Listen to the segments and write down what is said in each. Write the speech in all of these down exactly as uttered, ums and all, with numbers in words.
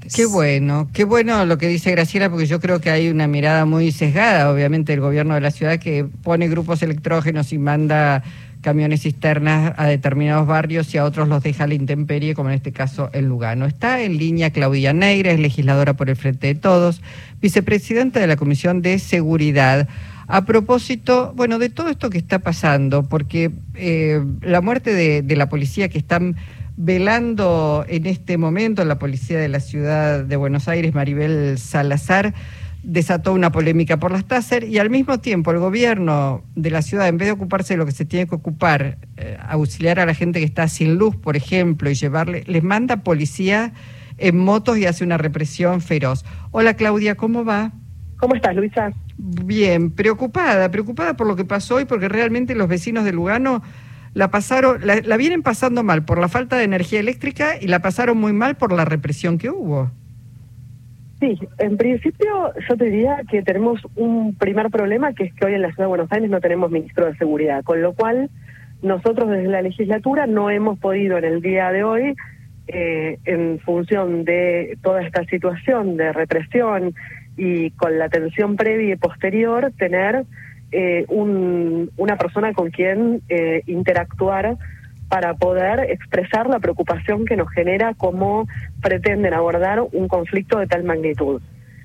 Qué bueno, qué bueno lo que dice Graciela, porque yo creo que hay una mirada muy sesgada, obviamente, del gobierno de la ciudad, que pone grupos electrógenos y manda camiones cisternas a determinados barrios y a otros los deja a la intemperie, como en este caso en Lugano. Está en línea Claudia Neira, es legisladora por el Frente de Todos, vicepresidenta de la Comisión de Seguridad. A propósito, bueno, de todo esto que está pasando, porque eh, la muerte de, de la policía que están velando en este momento, la policía de la ciudad de Buenos Aires, Maribel Salazar, desató una polémica por las Taser, y al mismo tiempo el gobierno de la ciudad, en vez de ocuparse de lo que se tiene que ocupar, eh, auxiliar a la gente que está sin luz, por ejemplo, y llevarle, les manda policía en motos y hace una represión feroz. Hola Claudia, ¿cómo va? ¿Cómo estás, Luisa? Bien, preocupada, preocupada por lo que pasó hoy, porque realmente los vecinos de Lugano la pasaron, la, la vienen pasando mal por la falta de energía eléctrica y la pasaron muy mal por la represión que hubo. Sí, en principio yo te diría que tenemos un primer problema, que es que hoy en la Ciudad de Buenos Aires no tenemos ministro de Seguridad, con lo cual nosotros desde la legislatura no hemos podido en el día de hoy, eh, en función de toda esta situación de represión y con la atención previa y posterior, tener eh, un, una persona con quien eh, interactuar para poder expresar la preocupación que nos genera cómo pretenden abordar un conflicto de tal magnitud.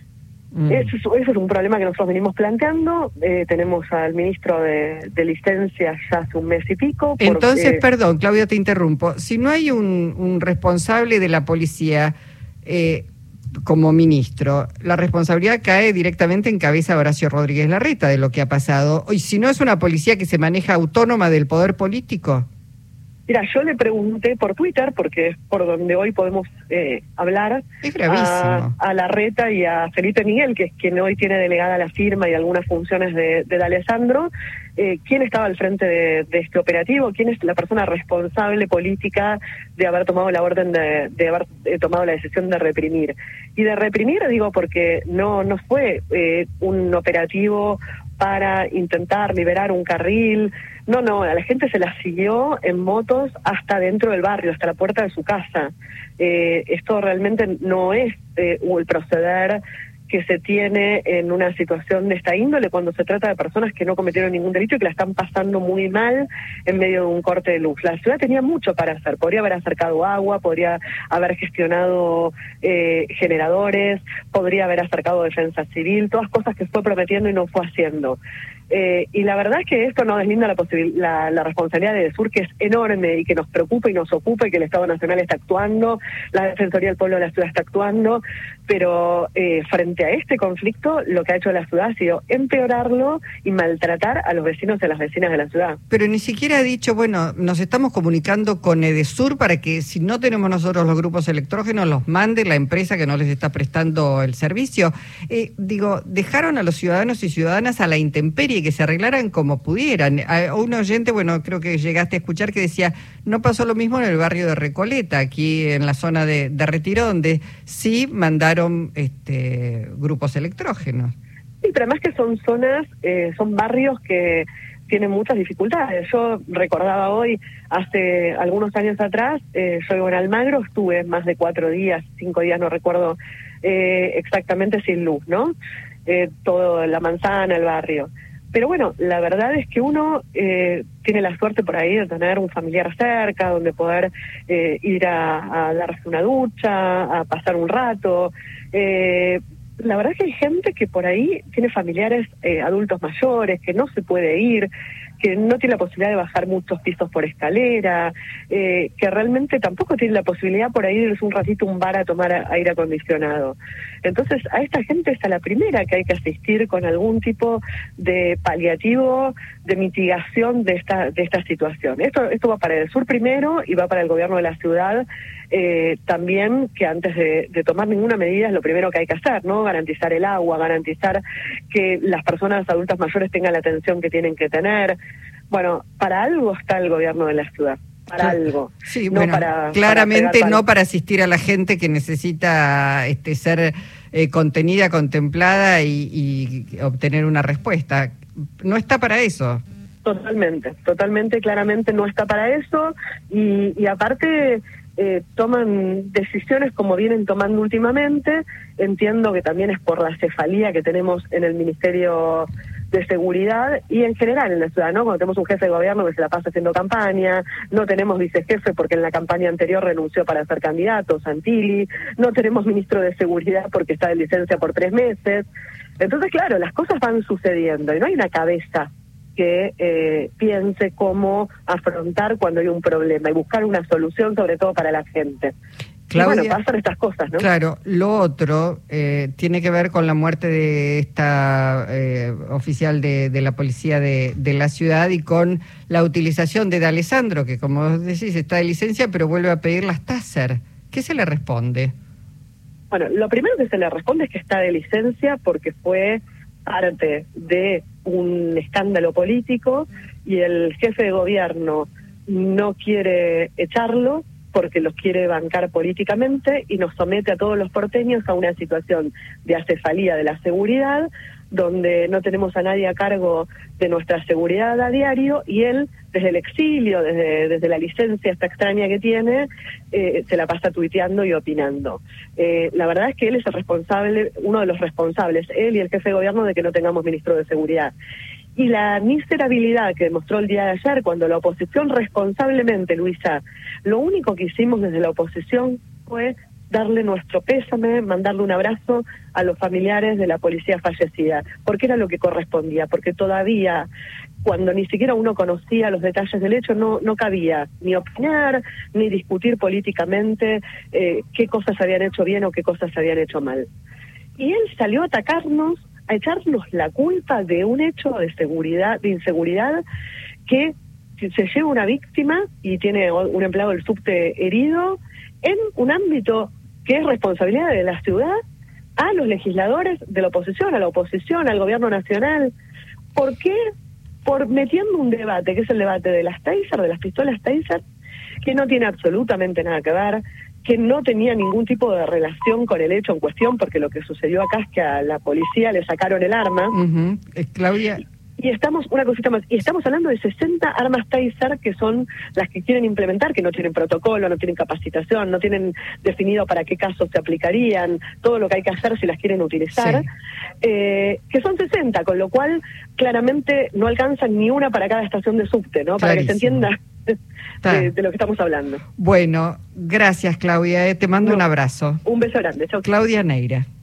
Mm. Eso, es, eso es un problema que nosotros venimos planteando. Eh, tenemos al ministro de, de licencia ya hace un mes y pico. Porque... Entonces, perdón, Claudia, te interrumpo. Si no hay un, un responsable de la policía eh, como ministro, la responsabilidad cae directamente en cabeza de Horacio Rodríguez Larreta de lo que ha pasado. Y si no es una policía que se maneja autónoma del poder político. Mira, yo le pregunté por Twitter, porque es por donde hoy podemos eh, hablar, es a, a Larreta y a Felipe Miguel, que es quien hoy tiene delegada la firma y algunas funciones de, de D'Alessandro, eh, quién estaba al frente de, de este operativo, quién es la persona responsable política de haber tomado la orden, de, de haber eh, tomado la decisión de reprimir. Y de reprimir, digo, porque no, no fue eh, un operativo para intentar liberar un carril. No, no, a la gente se la siguió en motos hasta dentro del barrio, hasta la puerta de su casa. Eh, esto realmente no es eh, el proceder que se tiene en una situación de esta índole cuando se trata de personas que no cometieron ningún delito y que la están pasando muy mal en medio de un corte de luz. La ciudad tenía mucho para hacer, podría haber acercado agua, podría haber gestionado eh, generadores, podría haber acercado defensa civil, todas cosas que fue prometiendo y no fue haciendo. Eh, y la verdad es que esto no deslinda la, la, la responsabilidad de DESUR, que es enorme y que nos preocupa y nos ocupa, y que el Estado Nacional está actuando, la Defensoría del Pueblo de la ciudad está actuando, pero eh, frente a este conflicto lo que ha hecho la ciudad ha sido empeorarlo y maltratar a los vecinos y a las vecinas de la ciudad. Pero ni siquiera ha dicho, bueno, nos estamos comunicando con EDESUR para que si no tenemos nosotros los grupos electrógenos, los mande la empresa que no les está prestando el servicio. Eh, digo, dejaron a los ciudadanos y ciudadanas a la intemperie, que se arreglaran como pudieran. A un oyente, bueno, creo que llegaste a escuchar, que decía, no pasó lo mismo en el barrio de Recoleta, aquí en la zona de, de Retiro, donde sí mandaron este, grupos electrógenos. Sí, pero además que son zonas, eh, son barrios que tienen muchas dificultades. Yo recordaba hoy, hace algunos años atrás, eh, yo vivo en Almagro, estuve más de cuatro días, cinco días, no recuerdo eh, exactamente, sin luz, ¿no? Eh, todo, la manzana, el barrio. Pero bueno, la verdad es que uno eh, tiene la suerte por ahí de tener un familiar cerca, donde poder eh, ir a, a darse una ducha, a pasar un rato. Eh, la verdad es que hay gente que por ahí tiene familiares eh, adultos mayores, que no se puede ir, que no tiene la posibilidad de bajar muchos pisos por escalera, eh, que realmente tampoco tiene la posibilidad por ahí de irse un ratito a un bar a tomar aire acondicionado. Entonces, a esta gente es a la primera que hay que asistir con algún tipo de paliativo, de mitigación de esta de esta situación. Esto esto va para el sur primero y va para el gobierno de la ciudad eh, también, que antes de, de tomar ninguna medida es lo primero que hay que hacer, ¿no? Garantizar el agua, garantizar que las personas adultas mayores tengan la atención que tienen que tener. Bueno, para algo está el gobierno de la ciudad. Para sí, algo. Sí, no bueno, para, claramente para no para asistir a la gente que necesita este, ser eh, contenida, contemplada y, y obtener una respuesta. No está para eso. Totalmente, totalmente, claramente no está para eso. Y, y aparte, eh, toman decisiones como vienen tomando últimamente. Entiendo que también es por la cefalía que tenemos en el Ministerio de Seguridad y en general en la ciudad, ¿no? Cuando tenemos un jefe de gobierno que se la pasa haciendo campaña, no tenemos vicejefe porque en la campaña anterior renunció para ser candidato, Santilli, no tenemos ministro de Seguridad porque está de licencia por tres meses. Entonces, claro, las cosas van sucediendo y no hay una cabeza que eh, piense cómo afrontar cuando hay un problema y buscar una solución, sobre todo para la gente. Claudia, y bueno, pasan estas cosas, ¿no? Claro, lo otro eh, tiene que ver con la muerte de esta eh, oficial de, de la policía de, de la ciudad y con la utilización de D'Alessandro, que como vos decís está de licencia, pero vuelve a pedir las Taser. ¿Qué se le responde? Bueno, lo primero que se le responde es que está de licencia porque fue parte de un escándalo político y el jefe de gobierno no quiere echarlo porque los quiere bancar políticamente y nos somete a todos los porteños a una situación de acefalía de la seguridad, donde no tenemos a nadie a cargo de nuestra seguridad a diario, y él, desde el exilio, desde, desde la licencia esta extraña que tiene, eh, se la pasa tuiteando y opinando. Eh, la verdad es que él es el responsable, uno de los responsables, él y el jefe de gobierno, de que no tengamos ministro de seguridad. Y la miserabilidad que demostró el día de ayer, cuando la oposición responsablemente, Luisa, lo único que hicimos desde la oposición fue darle nuestro pésame, mandarle un abrazo a los familiares de la policía fallecida, porque era lo que correspondía, porque todavía, cuando ni siquiera uno conocía los detalles del hecho, no, no cabía ni opinar, ni discutir políticamente eh, qué cosas se habían hecho bien o qué cosas se habían hecho mal. Y él salió a atacarnos, a echarnos la culpa de un hecho de seguridad, de inseguridad, que se lleva una víctima y tiene un empleado del subte herido en un ámbito que es responsabilidad de la ciudad, a los legisladores de la oposición, a la oposición, al gobierno nacional. ¿Por qué? Por metiendo un debate, que es el debate de las Taser, de las pistolas Taser, que no tiene absolutamente nada que ver, que no tenía ningún tipo de relación con el hecho en cuestión, porque lo que sucedió acá es que a la policía le sacaron el arma. Uh-huh. eh, Claudia... Y estamos, una cosita más, y estamos hablando de sesenta armas Taser que son las que quieren implementar, que no tienen protocolo, no tienen capacitación, no tienen definido para qué casos se aplicarían, todo lo que hay que hacer si las quieren utilizar, sí. eh, que son sesenta, con lo cual claramente no alcanzan ni una para cada estación de subte, ¿no? Para Clarísimo. Que se entienda de, de lo que estamos hablando. Bueno, gracias Claudia, eh. te mando no, un abrazo. Un beso grande, chau. Claudia Neira.